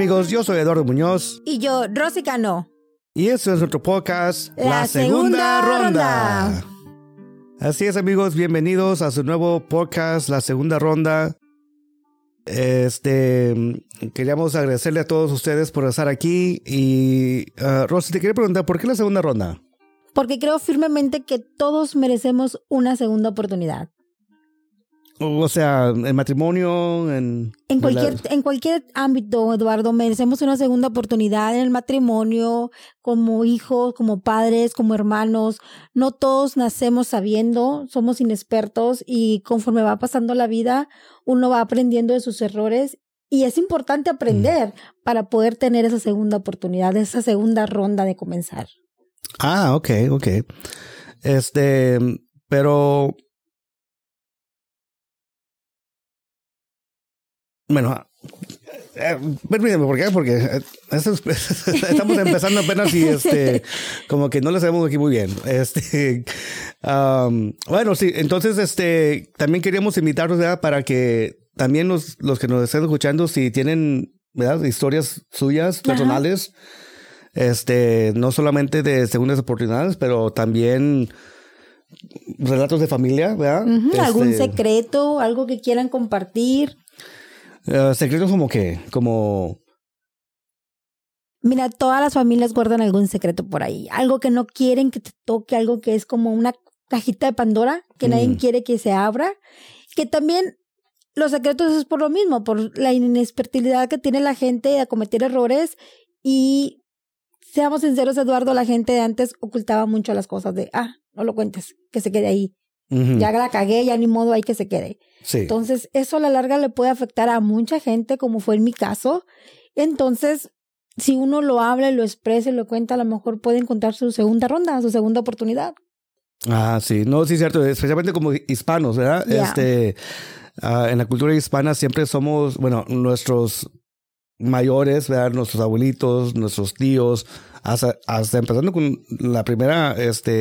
amigos, yo soy Eduardo Muñoz. Y yo, Rosy Cano. Y este es nuestro podcast, La Segunda Ronda. Así es, amigos, bienvenidos a su nuevo podcast, La Segunda Ronda. Queríamos agradecerle a todos ustedes por estar aquí. Y Rosy, te quería preguntar, ¿por qué la segunda ronda? Porque creo firmemente que todos merecemos una segunda oportunidad. O sea, en matrimonio, en cualquier ámbito, Eduardo, merecemos una segunda oportunidad en el matrimonio, como hijos, como padres, como hermanos. No todos nacemos sabiendo, somos inexpertos y conforme va pasando la vida, uno va aprendiendo de sus errores y es importante aprender para poder tener esa segunda oportunidad, esa segunda ronda de comenzar. Ah, ok. Pero... Bueno, permíteme, ¿por qué? Porque estamos empezando apenas y como que no lo sabemos aquí muy bien. Bueno, sí, entonces también queríamos invitarlos, ¿verdad? Para que también los que nos estén escuchando, si tienen, ¿verdad? Historias suyas, personales, no solamente de segundas oportunidades, pero también relatos de familia, ¿verdad? ¿Algún secreto, algo que quieran compartir? ¿Secretos como qué? Mira, todas las familias guardan algún secreto por ahí. Algo que no quieren que te toque, algo que es como una cajita de Pandora que nadie quiere que se abra. Que también los secretos es por lo mismo, por la inexpertibilidad que tiene la gente de cometer errores. Y seamos sinceros, Eduardo, la gente de antes ocultaba mucho las cosas de, no lo cuentes, que se quede ahí. Ya la cagué, ya ni modo, hay que se quede. Sí. Entonces, eso a la larga le puede afectar a mucha gente, como fue en mi caso. Entonces, si uno lo habla, lo expresa y lo cuenta, a lo mejor puede encontrar su segunda ronda, su segunda oportunidad. Sí. No, sí, cierto. Especialmente como hispanos, ¿verdad? En la cultura hispana siempre somos, bueno, nuestros mayores, ¿verdad? Nuestros abuelitos, nuestros tíos, hasta empezando con la primera,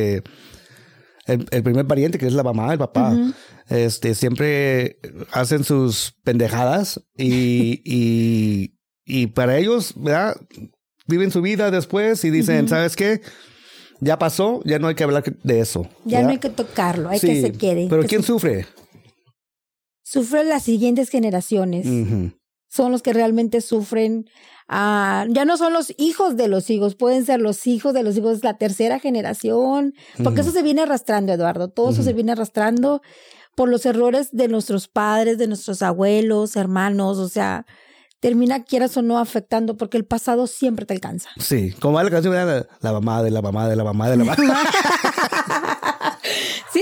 el primer pariente, que es la mamá, el papá, siempre hacen sus pendejadas y para ellos, ¿verdad? Viven su vida después y dicen, ¿sabes qué? Ya pasó, ya no hay que hablar de eso. Ya ¿verdad? No hay que tocarlo, hay que se quede. Pero ¿quién sufre? Sufren las siguientes generaciones. Son los que realmente sufren. Ya no son los hijos de los hijos, pueden ser los hijos de los hijos, la tercera generación, porque eso se viene arrastrando, Eduardo, todo eso se viene arrastrando por los errores de nuestros padres, de nuestros abuelos, hermanos, o sea, termina, quieras o no, afectando, porque el pasado siempre te alcanza. Sí, como va la canción, la mamá de la mamá de la mamá de la mamá. ¿Sí?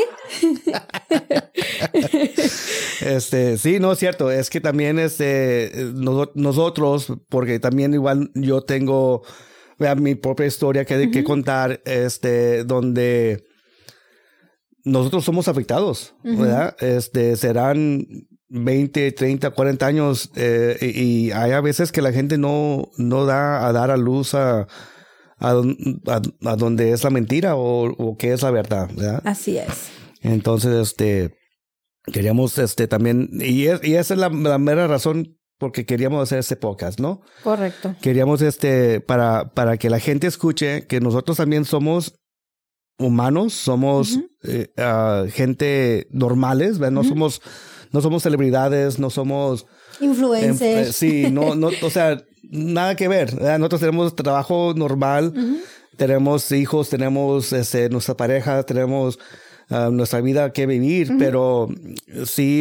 Sí, no es cierto. Es que también nosotros, porque también igual yo tengo mi propia historia que contar, donde nosotros somos afectados, ¿verdad? Serán 20, 30, 40 años y hay a veces que la gente no da a dar a luz a donde es la mentira o qué es la verdad, ¿verdad? Así es. Entonces, queríamos también, y esa es la mera razón porque queríamos hacer este podcast, ¿no? Correcto. Queríamos para que la gente escuche que nosotros también somos humanos, somos gente normales, ¿verdad? No somos celebridades, no somos influencers. Sí, no, o sea, nada que ver, ¿verdad? Nosotros tenemos trabajo normal, tenemos hijos, tenemos nuestra pareja, tenemos nuestra vida que vivir, pero sí,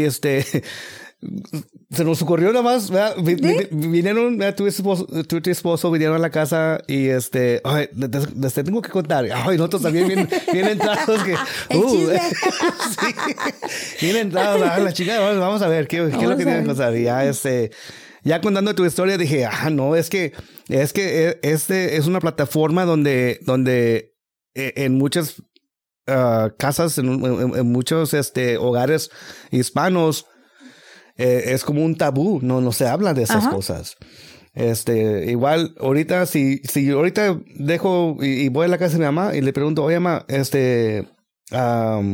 se nos ocurrió nada más, ¿verdad? Vinieron, tu esposo vinieron a la casa y ay, tengo que contar. Ay, nosotros también bien entrados que sí, bien entrados a la chica, vamos a ver qué es lo que tienen que contar. Y ya contando tu historia dije, no, es que es una plataforma donde en muchas casas, en muchos hogares hispanos, es como un tabú, no se habla de esas cosas. Igual ahorita, si ahorita dejo y voy a la casa de mi mamá y le pregunto, oye, mamá, ¿qué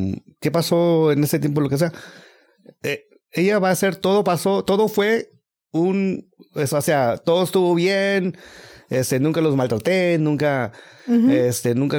pasó en ese tiempo? Lo que sea. Ella va a hacer todo fue o sea, todo estuvo bien, nunca los maltraté, nunca, nunca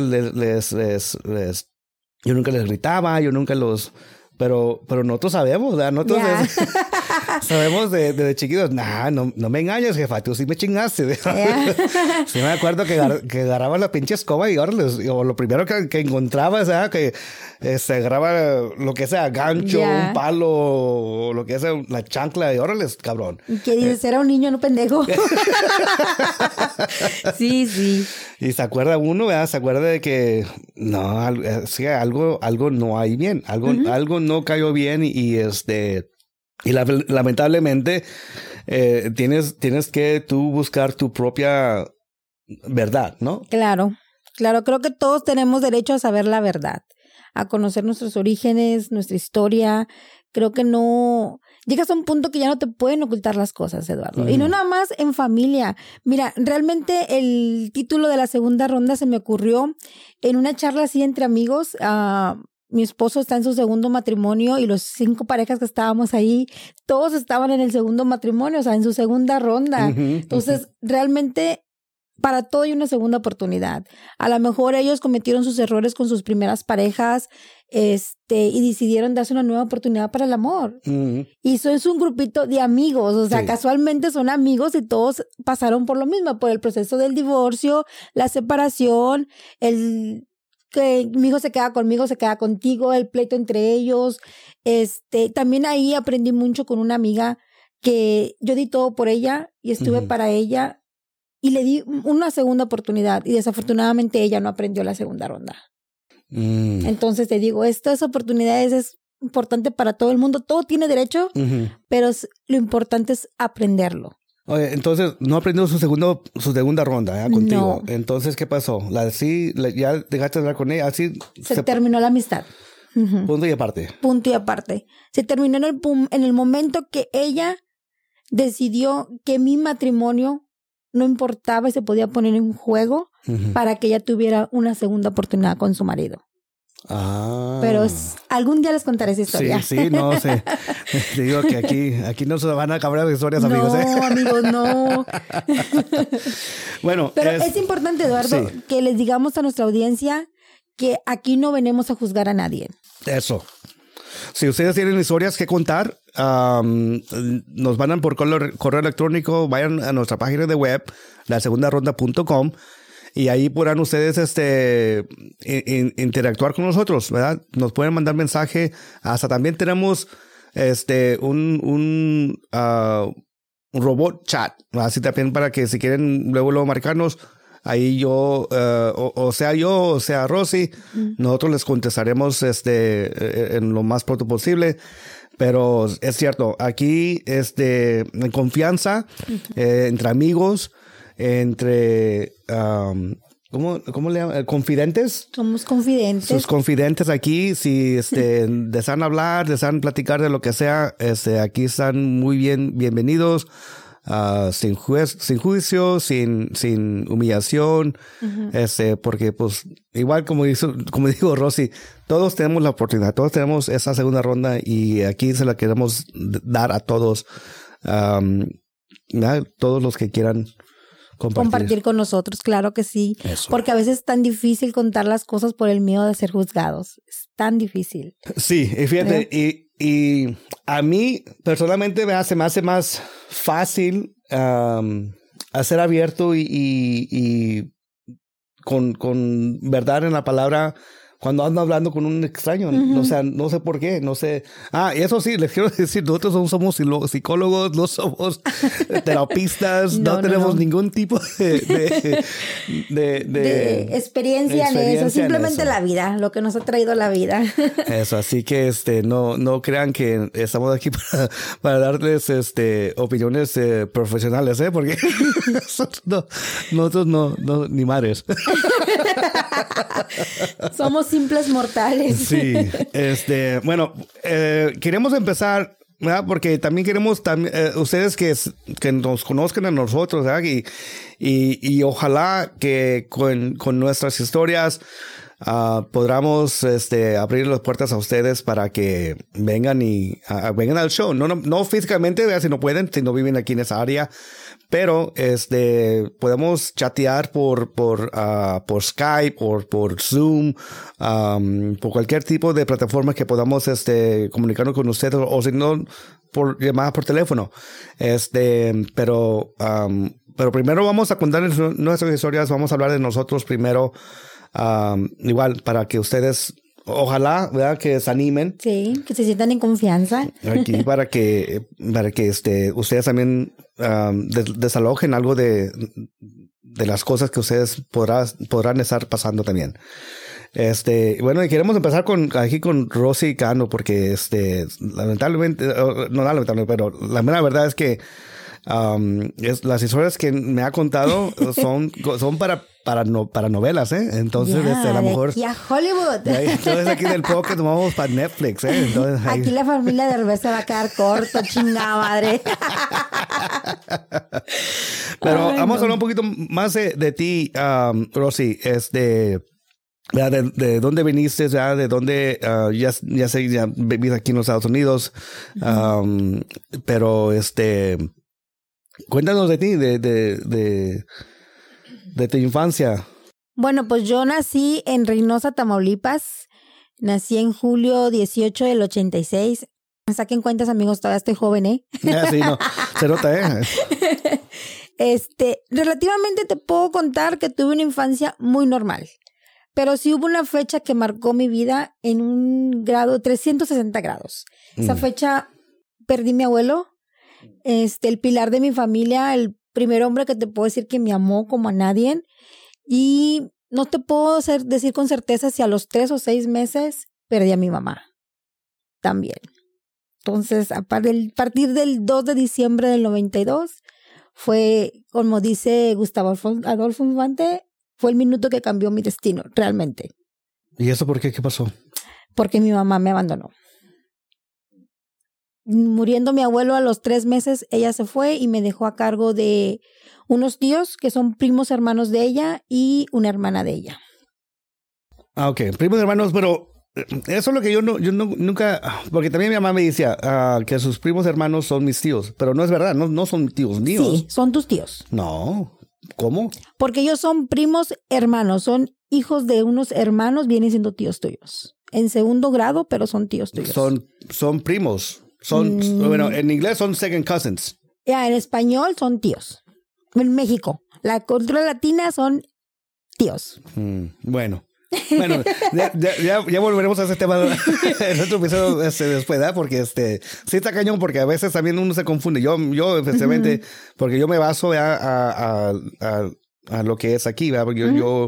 yo nunca les gritaba, yo nunca pero nosotros sabemos, ¿verdad? Nosotros sabemos de chiquitos, no me engañes, jefa, tú sí me chingaste. Sí me acuerdo que agarraba la pinche escoba y ahora o lo primero que encontraba, ¿sabes? Que agarraba lo que sea, gancho, un palo, o lo que sea, la chancla, y órale, cabrón. ¿Qué dices? Era un niño, no pendejo. Sí. Y se acuerda uno, ¿verdad? Se acuerda de que algo no hay bien, algo no cayó bien y lamentablemente tienes que tú buscar tu propia verdad, ¿no? Claro, creo que todos tenemos derecho a saber la verdad, a conocer nuestros orígenes, nuestra historia. Creo que no... Llegas a un punto que ya no te pueden ocultar las cosas, Eduardo. Y no nada más en familia. Mira, realmente el título de la segunda ronda se me ocurrió en una charla así entre amigos. Mi esposo está en su segundo matrimonio y los 5 parejas que estábamos ahí, todos estaban en el segundo matrimonio, o sea, en su segunda ronda. Entonces, realmente... Para todo hay una segunda oportunidad. A lo mejor ellos cometieron sus errores con sus primeras parejas, y decidieron darse una nueva oportunidad para el amor. Y eso es un grupito de amigos, o sea, casualmente son amigos y todos pasaron por lo mismo, por el proceso del divorcio, la separación, el que mi hijo se queda conmigo, se queda contigo, el pleito entre ellos. También ahí aprendí mucho con una amiga que yo di todo por ella y estuve para ella. Y le di una segunda oportunidad y desafortunadamente ella no aprendió la segunda ronda. Entonces te digo, estas oportunidades es importante para todo el mundo. Todo tiene derecho, pero lo importante es aprenderlo. Oye, entonces no aprendió su segunda ronda contigo. No. Entonces, ¿qué pasó? ¿Ya dejaste de hablar con ella? Así se terminó la amistad. Punto y aparte. Punto y aparte. Se terminó en el momento que ella decidió que mi matrimonio no importaba y se podía poner en juego para que ella tuviera una segunda oportunidad con su marido. Pero algún día les contaré esa historia. Sí, no sé. Te digo que aquí no se van a acabar las historias, amigos. No, amigos, no. Bueno. Pero es importante, Eduardo, que les digamos a nuestra audiencia que aquí no venimos a juzgar a nadie. Eso. Si ustedes tienen historias que contar, nos mandan por correo electrónico, vayan a nuestra página de web, lasegundaronda.com, y ahí podrán ustedes interactuar con nosotros, ¿verdad? Nos pueden mandar mensaje. Hasta también tenemos un robot chat, así también para que si quieren luego marcarnos. Ahí yo, o sea Rosy, nosotros les contestaremos en lo más pronto posible. Pero es cierto, aquí en confianza, entre amigos, entre ¿cómo le llaman? ¿Confidentes? Somos confidentes. Sus confidentes aquí, si desean hablar, desean platicar de lo que sea, aquí están muy bienvenidos. Sin juicio, sin humillación, porque pues igual como digo Rosy, todos tenemos la oportunidad, todos tenemos esa segunda ronda y aquí se la queremos dar a todos, todos los que quieran compartir con nosotros, claro que sí. Eso. Porque a veces es tan difícil contar las cosas por el miedo de ser juzgados, es tan difícil. Sí, y fíjate, y a mí personalmente se me hace más fácil hacer abierto y con verdad en la palabra cuando ando hablando con un extraño. O sea, no sé por qué, no sé. Y eso sí, les quiero decir, nosotros no somos psicólogos, no somos terapistas, no tenemos ningún tipo de experiencia en eso, simplemente la vida, lo que nos ha traído la vida. Eso, así que no crean que estamos aquí para darles opiniones profesionales, porque nosotros no, ni madres. Somos simples mortales. Sí, bueno, queremos empezar, ¿verdad? Porque también queremos ustedes que nos conozcan a nosotros, ¿verdad? Y ojalá que con nuestras historias podamos abrir las puertas a ustedes para que vengan y vengan al show. No físicamente, ¿verdad? Si no pueden, si no viven aquí en esa área, pero podemos chatear por Skype, por Zoom, por cualquier tipo de plataforma que podamos comunicarnos con ustedes, o si no, por llamada por teléfono. Pero primero vamos a contar nuestras historias, vamos a hablar de nosotros primero, igual para que ustedes, ojalá, ¿verdad? Que se animen. Sí, que se sientan en confianza. Aquí para que ustedes también desalojen algo de las cosas que ustedes podrán estar pasando también. Bueno, y queremos empezar aquí con Rosy Cano, porque lamentablemente, no lamentablemente, pero la mera verdad es que las historias que me ha contado son para novelas, entonces a lo mejor y a Hollywood. Entonces aquí del podcast vamos para Netflix, entonces aquí la familia de Derbez se va a quedar corto, chingada madre. Pero vamos a hablar un poquito más de ti, Rosy, de dónde viniste, ya de dónde ya sé, ya vivís aquí en los Estados Unidos, pero cuéntanos de ti, de tu infancia. Bueno, pues yo nací en Reynosa, Tamaulipas. Nací en julio 18 del 86. Saquen cuentas, amigos, todavía estoy joven, ¿eh? Sí, no, se nota, Relativamente te puedo contar que tuve una infancia muy normal. Pero sí hubo una fecha que marcó mi vida en un grado, 360 grados. Esa fecha perdí a mi abuelo. El pilar de mi familia, el primer hombre que te puedo decir que me amó como a nadie. Y no te puedo decir con certeza si a los 3 o 6 meses perdí a mi mamá también. Entonces, a partir del 2 de diciembre del 92, fue, como dice Gustavo Adolfo Infante, fue el minuto que cambió mi destino, realmente. ¿Y eso por qué? ¿Qué pasó? Porque mi mamá me abandonó. Muriendo mi abuelo a los 3 meses, ella se fue y me dejó a cargo de unos tíos que son primos hermanos de ella y una hermana de ella. Ok, primos hermanos, pero eso es lo que yo nunca, porque también mi mamá me decía que sus primos hermanos son mis tíos, pero no es verdad, no son tíos míos. Sí, son tus tíos. No, ¿cómo? Porque ellos son primos hermanos, son hijos de unos hermanos, vienen siendo tíos tuyos. En segundo grado, pero son tíos tuyos. Son primos. Bueno, en inglés son second cousins. En español son tíos. En México, la cultura latina son tíos. Bueno, ya volveremos a ese tema en otro episodio después, ¿verdad? Porque sí está cañón, porque a veces también uno se confunde. Yo especialmente, porque yo me baso a lo que es aquí, ¿verdad? Porque yo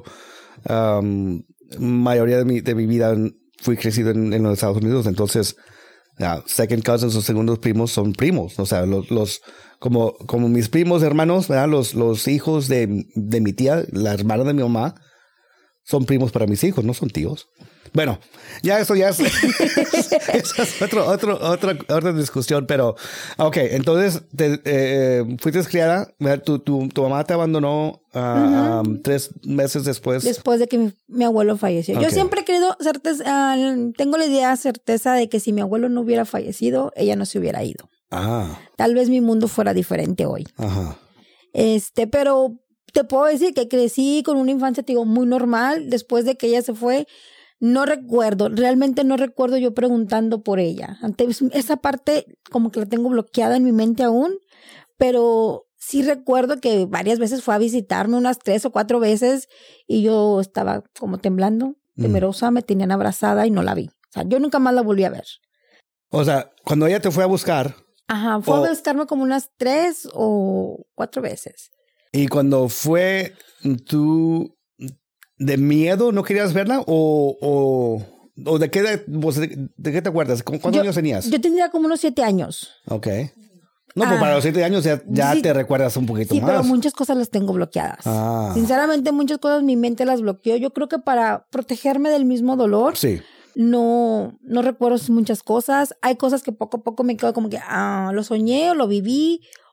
mayoría de mi vida fui crecido en los Estados Unidos, entonces second cousins o segundos primos son primos, o sea, como mis primos hermanos, ¿verdad? Los hijos de mi tía, la hermana de mi mamá, son primos para mis hijos, no son tíos. Bueno, ya eso ya es, esa es otra discusión, pero ok, entonces fuiste criada, tu mamá te abandonó 3 meses después. Después de que mi abuelo falleció. Okay. Yo siempre he querido tengo la idea, certeza de que si mi abuelo no hubiera fallecido, ella no se hubiera ido. Tal vez mi mundo fuera diferente hoy. Ajá. Pero te puedo decir que crecí con una infancia, te digo, muy normal. Después de que ella se fue, realmente no recuerdo yo preguntando por ella. Esa parte como que la tengo bloqueada en mi mente aún, pero sí recuerdo que varias veces fue a visitarme, unas 3 o 4 veces, y yo estaba como temblando, temerosa, me tenían abrazada y no la vi. O sea, yo nunca más la volví a ver. O sea, cuando ella te fue a buscar. Ajá, fue a buscarme como unas 3 o 4 veces. Y cuando fue, ¿tú de miedo no querías verla? ¿O de qué te acuerdas? ¿Cuántos años tenías? Yo tenía como unos 7 años. Ok. No, pues para los 7 años ya sí, te recuerdas un poquito más. Sí, pero muchas cosas las tengo bloqueadas. Sinceramente, muchas cosas mi mente las bloqueó. Yo creo que para protegerme del mismo dolor, sí, no recuerdo muchas cosas. Hay cosas que poco a poco me quedo como que, lo soñé o lo viví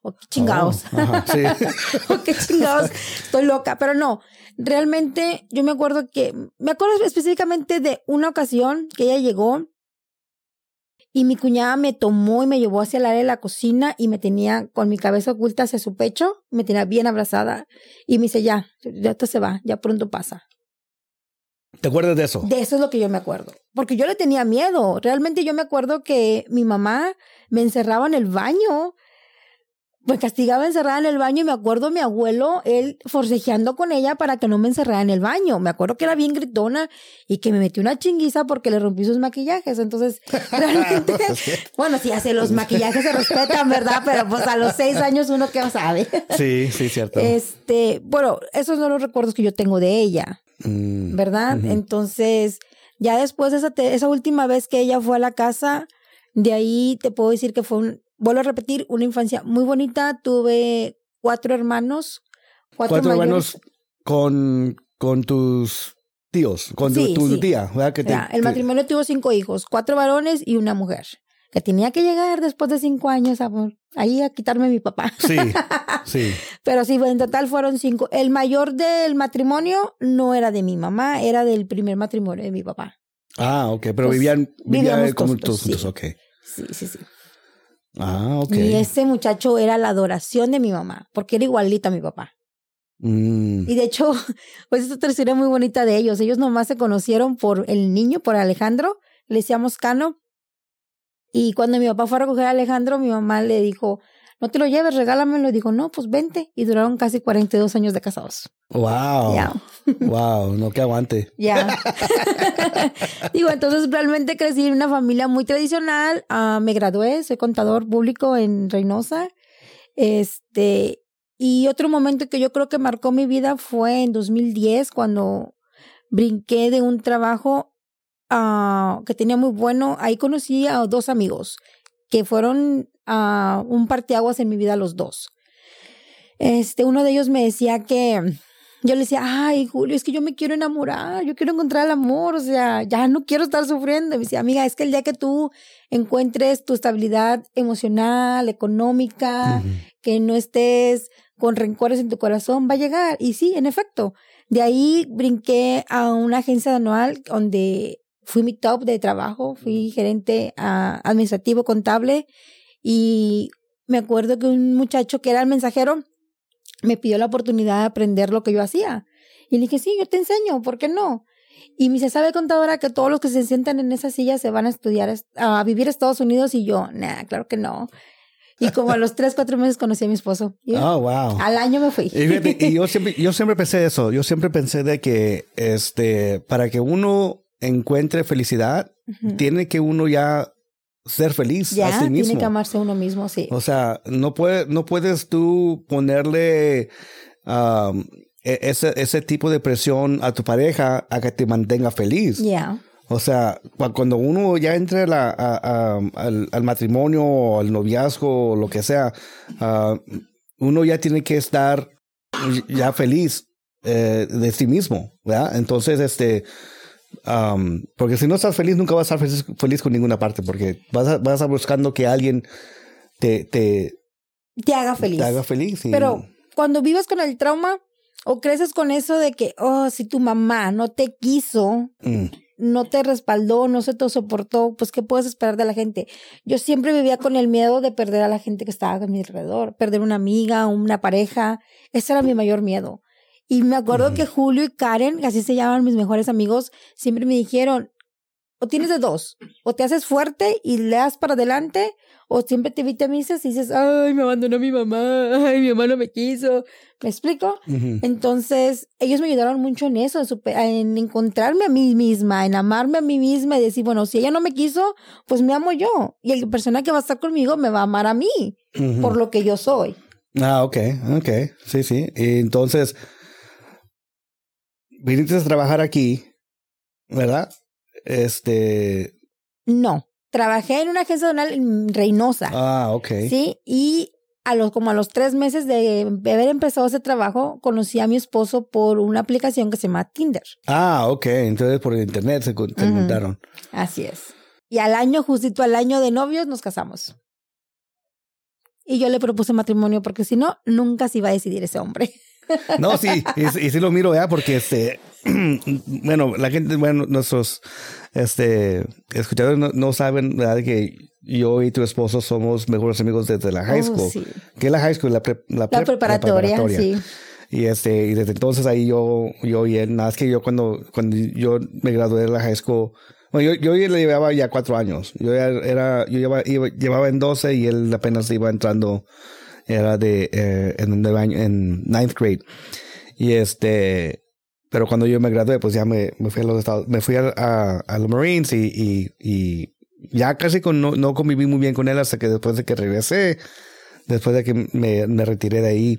o qué chingados. Sí. O qué chingados, estoy loca. Pero no, realmente yo me acuerdo específicamente de una ocasión que ella llegó y mi cuñada me tomó y me llevó hacia el área de la cocina y me tenía con mi cabeza oculta hacia su pecho, me tenía bien abrazada y me dice, ya esto se va, ya pronto pasa. ¿Te acuerdas de eso? De eso es lo que yo me acuerdo. Porque yo le tenía miedo. Realmente yo me acuerdo que mi mamá me encerraba en el baño. Me castigaba encerrada en el baño y me acuerdo mi abuelo, él forcejeando con ella para que no me encerrara en el baño. Me acuerdo que era bien gritona y que me metió una chinguiza porque le rompí sus maquillajes. Entonces, realmente, bueno, sí, hace los maquillajes se respetan, ¿verdad? Pero pues a los 6 años uno qué sabe. Sí, cierto. Bueno, esos son los recuerdos que yo tengo de ella, ¿verdad? Entonces, ya después de esa última vez que ella fue a la casa, de ahí te puedo decir que vuelvo a repetir, una infancia muy bonita. Tuve 4 hermanos. 4 hermanos con tus tíos, con tu tía, ¿verdad? El matrimonio tuvo 5 hijos, 4 varones y una mujer, que tenía que llegar después de 5 años ahí a quitarme a mi papá. Sí. Pero sí, en total fueron 5. El mayor del matrimonio no era de mi mamá, era del primer matrimonio de mi papá. Ah, ok, pero vivíamos como todos juntos, ok. Sí. Ah, ok. Y ese muchacho era la adoración de mi mamá, porque era igualito a mi papá. Y de hecho, pues es otra historia muy bonita de ellos. Ellos nomás se conocieron por el niño, por Alejandro. Le decíamos Cano. Y cuando mi papá fue a recoger a Alejandro, mi mamá le dijo, no te lo lleves, regálamelo. Y dijo, no, pues vente. Y duraron casi 42 años de casados. Wow. Yeah. Wow, no que aguante. Ya. Digo, entonces realmente crecí en una familia muy tradicional. Me gradué, soy contador público en Reynosa. Y otro momento que yo creo que marcó mi vida fue en 2010, cuando brinqué de un trabajo que tenía muy bueno. Ahí conocí a 2 amigos que fueron un parteaguas en mi vida los 2. Uno de ellos me decía que yo le decía, ay, Julio, es que yo me quiero enamorar, yo quiero encontrar el amor, o sea, ya no quiero estar sufriendo. Y me decía, amiga, es que el día que tú encuentres tu estabilidad emocional, económica, que no estés con rencores en tu corazón, va a llegar. Y sí, en efecto, de ahí brinqué a una agencia anual donde fui mi top de trabajo, fui gerente administrativo contable, y me acuerdo que un muchacho que era el mensajero me pidió la oportunidad de aprender lo que yo hacía. Y le dije, sí, yo te enseño, ¿por qué no? Y me dice, ¿sabe, contadora, que todos los que se sientan en esa silla se van a estudiar, a vivir a Estados Unidos? Y yo, nah, claro que no. Y como a los 3-4 meses conocí a mi esposo. Oh, wow. Al año me fui. Y yo siempre pensé eso. Yo siempre pensé de que para que uno encuentre felicidad, tiene que uno ya ser feliz a sí mismo. Tiene que amarse a uno mismo, sí. O sea, no puedes tú ponerle ese tipo de presión a tu pareja a que te mantenga feliz. O sea, cuando uno ya entra al matrimonio o al noviazgo o lo que sea, uno ya tiene que estar ya feliz de sí mismo, ¿verdad? Entonces, porque si no estás feliz, nunca vas a estar feliz con ninguna parte, porque vas a estar buscando que alguien te haga feliz. Te haga feliz. Pero cuando vives con el trauma o creces con eso de que, si tu mamá no te quiso, no te respaldó, no se te soportó, pues ¿qué puedes esperar de la gente? Yo siempre vivía con el miedo de perder a la gente que estaba a mi alrededor, perder una amiga, una pareja. Ese era mi mayor miedo. Y me acuerdo que Julio y Karen, así se llaman mis mejores amigos, siempre me dijeron, o tienes de dos, o te haces fuerte y le das para adelante, o siempre te vitamizas y dices, ay, me abandonó mi mamá, ay, mi mamá no me quiso. ¿Me explico? Entonces, ellos me ayudaron mucho en eso, en encontrarme a mí misma, en amarme a mí misma y decir, bueno, si ella no me quiso, pues me amo yo. Y la persona que va a estar conmigo me va a amar a mí, por lo que yo soy. Ah, ok. Sí. Y entonces, viniste a trabajar aquí, ¿verdad? No, trabajé en una agencia aduanal en Reynosa. Ah, ok. Sí, y como a los 3 meses de haber empezado ese trabajo, conocí a mi esposo por una aplicación que se llama Tinder. Ah, ok. Entonces por el internet se juntaron. Así es. Y justito al año de novios, nos casamos. y yo le propuse matrimonio porque si no, nunca se iba a decidir ese hombre. No, sí, y sí lo miro ya porque bueno, la gente, bueno, nuestros escuchadores no saben, ¿verdad? Que yo y tu esposo somos mejores amigos desde la high school. Sí. ¿Qué es la high school? La preparatoria, sí. Y desde entonces ahí yo y él, nada, es que yo cuando yo me gradué de la high school, bueno, yo le llevaba ya 4 años. Yo llevaba en 12 y él apenas iba entrando, era en 9th grade. Y pero cuando yo me gradué, pues ya me fui a los Estados, me fui a los Marines y ya casi no conviví muy bien con él hasta que después de que regresé, después de que me retiré de ahí.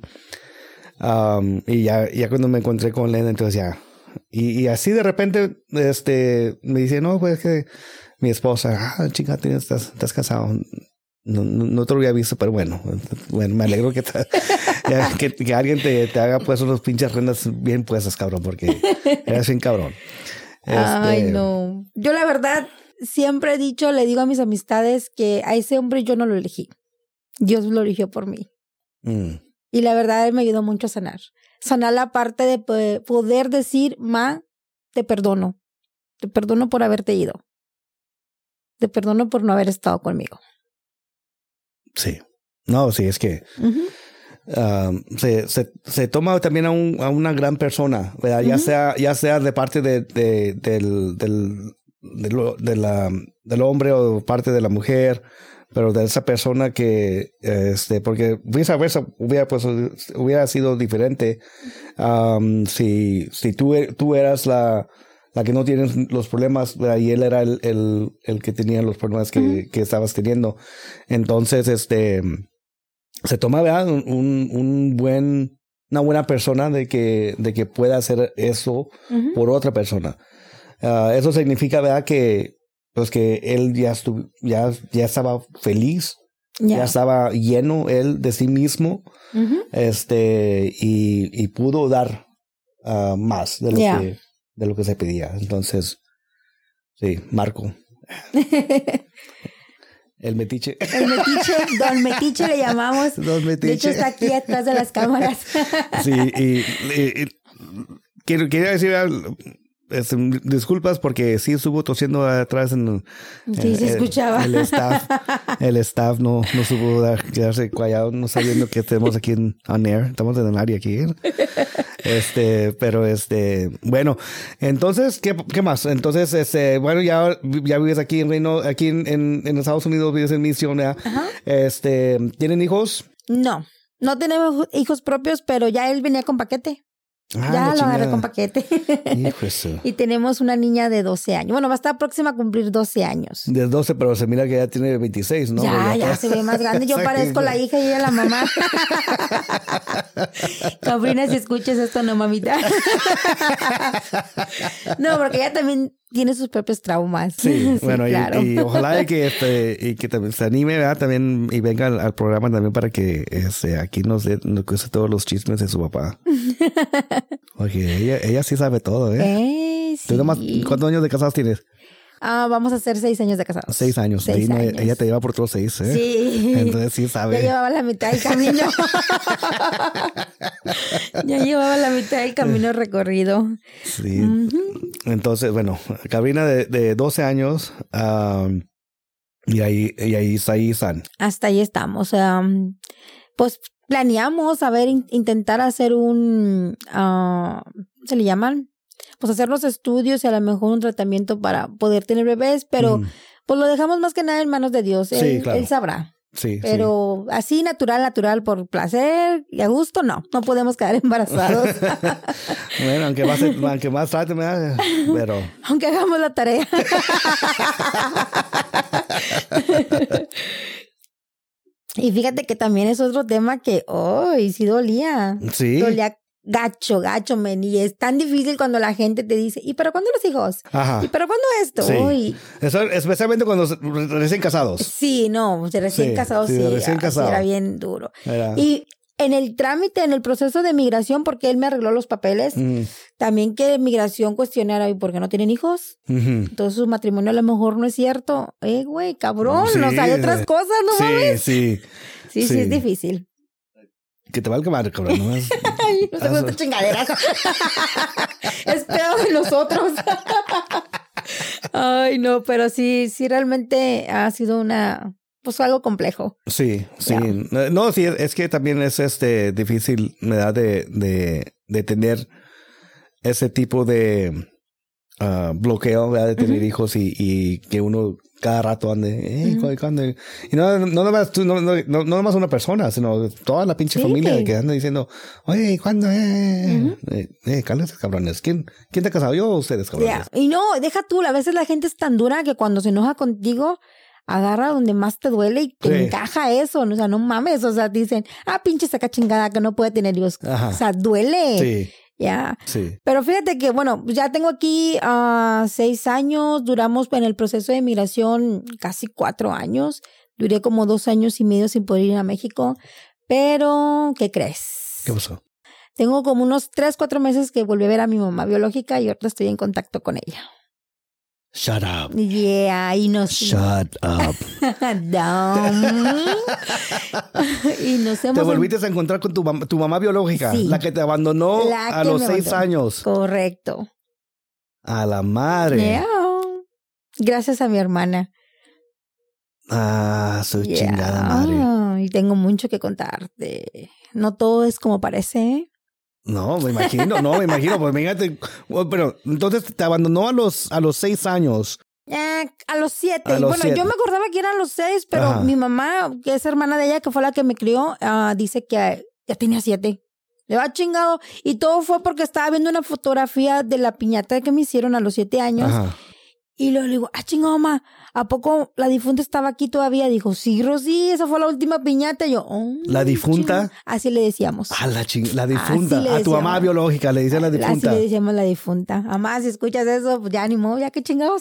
Y ya cuando me encontré con él, entonces ya. Y así de repente, me dice, no, pues que mi esposa, chica, estás casado. No te lo había visto, pero bueno, me alegro que alguien te haga pues unos pinches rendas bien puestas, cabrón, porque eres bien cabrón. Ay, no. Yo la verdad siempre he dicho, le digo a mis amistades que a ese hombre yo no lo elegí. Dios lo eligió por mí. Y la verdad él me ayudó mucho a sanar. Sanar la parte de poder decir, ma, te perdono. Te perdono por haberte ido. Te perdono por no haber estado conmigo. Sí. No, sí, es que se toma también a una gran persona, ¿verdad? Ya sea de parte del hombre o parte de la mujer, pero de esa persona que, porque viceversa hubiera sido diferente, si tú eras la que no tienes los problemas, ¿verdad? Y él era el que tenía los problemas que estabas teniendo. Entonces, se toma, ¿verdad? Una buena persona de que pueda hacer eso por otra persona. Eso significa, ¿verdad? Que él ya estaba feliz, ya estaba lleno él de sí mismo, y pudo dar más de lo que se pedía. Entonces, sí, Marco. El metiche. Don Metiche le llamamos. Don Metiche. De hecho, está aquí atrás de las cámaras. Sí, y quería decir disculpas porque sí estuvo tosiendo atrás sí, se escuchaba. El staff no supo quedarse callado, no sabiendo que estamos aquí on air. Estamos en el área aquí. Pero bueno, entonces, ¿qué más? Entonces, bueno, ya vives aquí en Reino, aquí en Estados Unidos, vives en Misión, ¿verdad? ¿Tienen hijos? No tenemos hijos propios, pero ya él venía con paquete. Ya lo agarré con paquete. Y tenemos una niña de 12 años. Bueno, va a estar próxima a cumplir 12 años. De 12, pero se mira que ya tiene 26, ¿no? Ya se ve más grande. Yo parezco la hija y ella la mamá. Cabrina, si escuchas esto, no, mamita. No, porque ella también tiene sus propios traumas. Sí, bueno, claro. y ojalá que también se anime, ¿verdad? También y venga al programa también para que aquí nos cueste todos los chismes de su papá. Porque ella sí sabe todo, ¿eh? Sí. ¿Tú nomás, cuántos años de casados tienes? Vamos a hacer 6 años de casados. 6 años. 6 años. Ella te lleva por otros 6, ¿eh? Sí. Entonces sí sabe. Ya llevaba la mitad del camino. Recorrido. Sí. Entonces, bueno, Cabrina de 12 años. Y ahí están. Hasta ahí estamos. Pues planeamos, intentar hacer ¿se le llaman? Pues hacer los estudios y a lo mejor un tratamiento para poder tener bebés, pero pues lo dejamos más que nada en manos de Dios. Él sabrá. Sí, pero así natural por placer y a gusto, no podemos quedar embarazados. Bueno, aunque más trate, pero aunque hagamos la tarea. Y fíjate que también es otro tema que sí dolía. Sí. Dolía gacho, men. Y es tan difícil cuando la gente te dice, ¿y para cuándo los hijos? Ajá. ¿Y para cuándo esto? Sí. Eso, especialmente cuando recién casados. Sí, no, recién casados sí. Recién casados. Era bien duro. Era. Y en el trámite, en el proceso de migración, porque él me arregló los papeles, también que migración cuestionara, ¿y por qué no tienen hijos? Entonces su matrimonio a lo mejor no es cierto. Güey, cabrón, Sí, o sea, hay otras cosas, ¿no mames? Sí, sí, es difícil. Que te valga madre, cabrón. No sé cuántas chingaderas. Es peor de nosotros. Ay, no, pero sí realmente ha sido pues algo complejo. Sí. Yeah. No, sí, es que también es difícil, ¿verdad? De tener ese tipo de bloqueo, ¿verdad? De tener hijos y que uno cada rato ande, ¿cuándo? Y no nomás tú, no nomás una persona, sino toda la pinche familia que anda diciendo, oye, ¿cuándo? Cállense, cabrones. ¿Quién te ha casado? Yo o ustedes, cabrones. Yeah. Y no, deja tú, a veces la gente es tan dura que cuando se enoja contigo, agarra donde más te duele y te encaja eso. O sea, no mames. O sea, dicen, pinche saca chingada que no puede tener hijos. Ajá. O sea, duele. Sí. Ya. Sí. Pero fíjate que, bueno, ya tengo aquí 6 años. Duramos en el proceso de migración casi 4 años. Duré como 2 años y medio sin poder ir a México. Pero, ¿qué crees? ¿Qué pasó? Tengo como unos 3-4 meses que volví a ver a mi mamá biológica y ahorita estoy en contacto con ella. Shut up. Yeah, y nos... Shut up. Y nos hemos... Te volviste a encontrar con tu mamá biológica, sí, la que te abandonó a los 6 años. Correcto. A la madre. Yeah. Gracias a mi hermana. Su chingada madre. Y tengo mucho que contarte. No todo es como parece. No, me imagino, pues fíjate, pero entonces te abandonó a los 6 años. A los 7. Bueno, 7. Yo me acordaba que eran los 6, pero mi mamá, que es hermana de ella, que fue la que me crió, dice que ya tenía 7. Le va chingado. Y todo fue porque estaba viendo una fotografía de la piñata que me hicieron a los 7 años. Ajá. Y luego le digo, chingado, mamá, ¿a poco la difunta estaba aquí todavía? Dijo, sí, Rosy, esa fue la última piñata. Y yo, ¿la difunta? Chingada. Así le decíamos. La difunta. A tu mamá biológica le decían la difunta. Así le decíamos la difunta. Mamá, si escuchas eso, pues ya ni modo, ya qué chingados.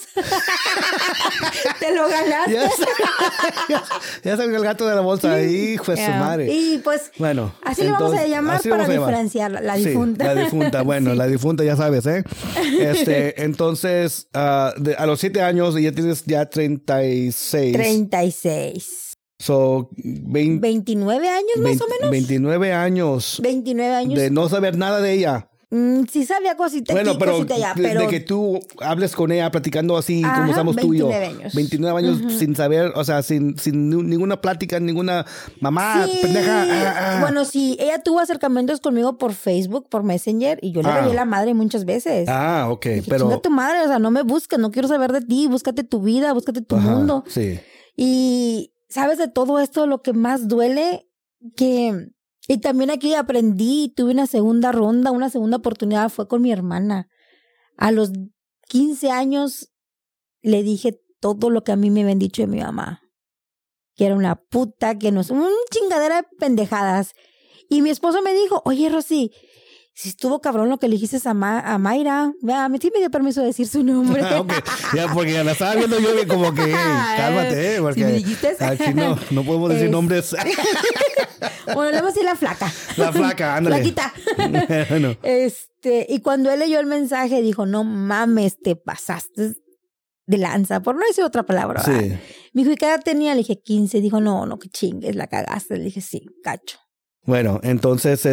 Te lo ganaste. Ya salió el gato de la bolsa. Sí. Hijo de su madre. Y pues, bueno, así le vamos a llamar para diferenciarla. La difunta. Sí, la difunta. Bueno, sí. La difunta ya sabes, ¿eh? Entonces, a los 7 años y ya tienes 36. 36. So, 29 años más o menos. 29 años. 29 años. De no saber nada de ella. Sí sabía cosita aquí, pero, cosita allá, pero... De que tú hables con ella platicando así como estamos tú y yo. 29 años sin saber, o sea, sin ninguna plática, ninguna mamá, sí. Pendeja. Bueno, sí, ella tuvo acercamientos conmigo por Facebook, por Messenger, y yo le reí la madre muchas veces. Ok, dije, pero... Chinga tu madre, o sea, no me busques, no quiero saber de ti, búscate tu vida, búscate tu mundo. Sí. Y, ¿sabes de todo esto? Lo que más duele, que... Y también aquí aprendí, tuve una segunda ronda, una segunda oportunidad, fue con mi hermana. A los 15 años le dije todo lo que a mí me habían dicho de mi mamá. Que era una puta, que no es una chingadera de pendejadas. Y mi esposo me dijo, oye, Rosy, si estuvo cabrón lo que le dijiste a Mayra, a mí sí me dio permiso de decir su nombre. Okay. Ya, porque ya la estaba viendo yo como que, cálmate, porque ¿sí me dijiste? Aquí no podemos decir nombres. Bueno, le vamos a decir la flaca. La flaca, ándale. Flaquita. Bueno. Y cuando él leyó el mensaje, dijo, no mames, te pasaste de lanza, por no decir otra palabra. Sí. Me dijo, ¿y qué edad tenía? Le dije, 15. Dijo, no, que chingues, la cagaste. Le dije, sí, cacho. Bueno, entonces,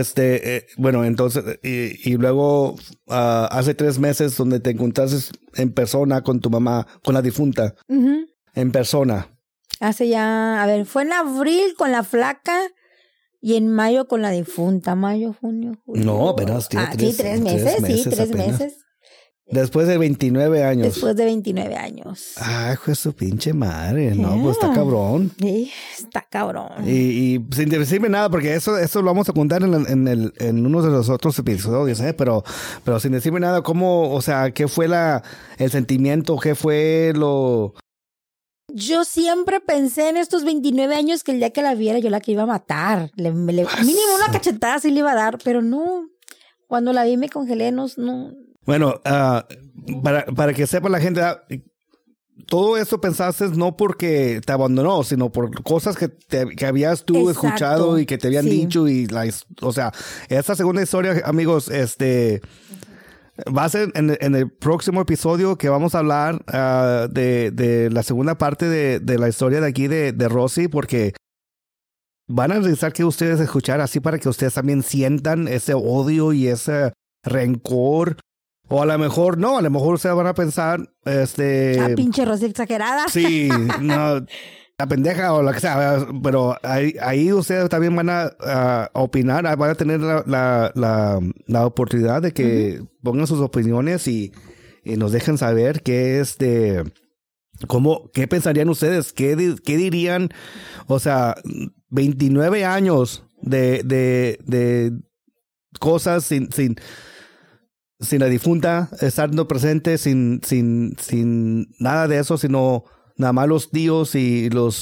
y luego hace 3 meses donde te encontraste en persona con tu mamá, con la difunta, en persona. Hace ya, fue en abril con la flaca y en mayo con la difunta, mayo, junio, julio. No, apenas tiene 3 meses, sí, 3 meses. Después de 29 años. Después de 29 años. Hijo de su pinche madre. No, pues está cabrón. Sí, está cabrón. Y sin decirme nada, porque eso lo vamos a contar en uno de los otros episodios, pero sin decirme nada, ¿cómo, o sea, qué fue el sentimiento, qué fue lo... Yo siempre pensé en estos 29 años que el día que la viera yo la que iba a matar. Mínimo una cachetada sí le iba a dar, pero no. Cuando la vi me congelé, no. Bueno, para que sepa la gente, todo eso pensaste no porque te abandonó, sino por cosas que habías tú escuchado y que te habían dicho. Y o sea, esta segunda historia, amigos, va a ser en el próximo episodio que vamos a hablar de la segunda parte de la historia de aquí de Rosy, porque van a necesitar que ustedes escuchar así para que ustedes también sientan ese odio y ese rencor. O a lo mejor no, a lo mejor ustedes van a pensar, pinche Rosy exagerada. Sí, no, la pendeja o lo que sea, pero ahí ustedes también van a opinar, van a tener la oportunidad de que pongan sus opiniones y nos dejen saber qué qué pensarían ustedes, qué dirían, o sea, 29 años de cosas sin la difunta estando presente, sin nada de eso, sino nada más los tíos y los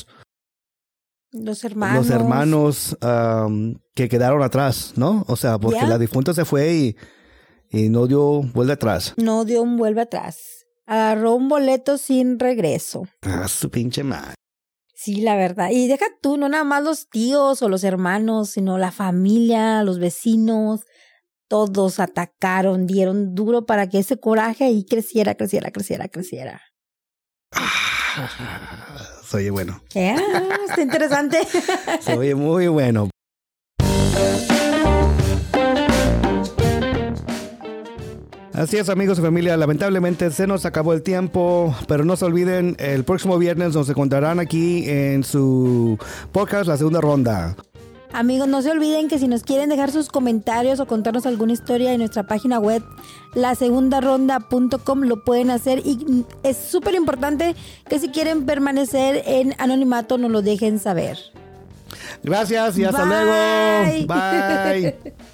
hermanos que quedaron atrás, ¿no? O sea, porque la difunta se fue y no dio vuelta atrás. No dio un vuelta atrás. Agarró un boleto sin regreso. Su pinche madre. Sí, la verdad. Y deja tú, no nada más los tíos o los hermanos, sino la familia, los vecinos. Todos atacaron, dieron duro para que ese coraje ahí creciera. Se oye bueno. Está interesante. Se oye muy bueno. Así es, amigos y familia, lamentablemente se nos acabó el tiempo, pero no se olviden, el próximo viernes nos encontrarán aquí en su podcast La Segunda Ronda. Amigos, no se olviden que si nos quieren dejar sus comentarios o contarnos alguna historia en nuestra página web, lasegundaronda.com, lo pueden hacer, y es súper importante que si quieren permanecer en anonimato nos lo dejen saber. Gracias y hasta luego. Bye.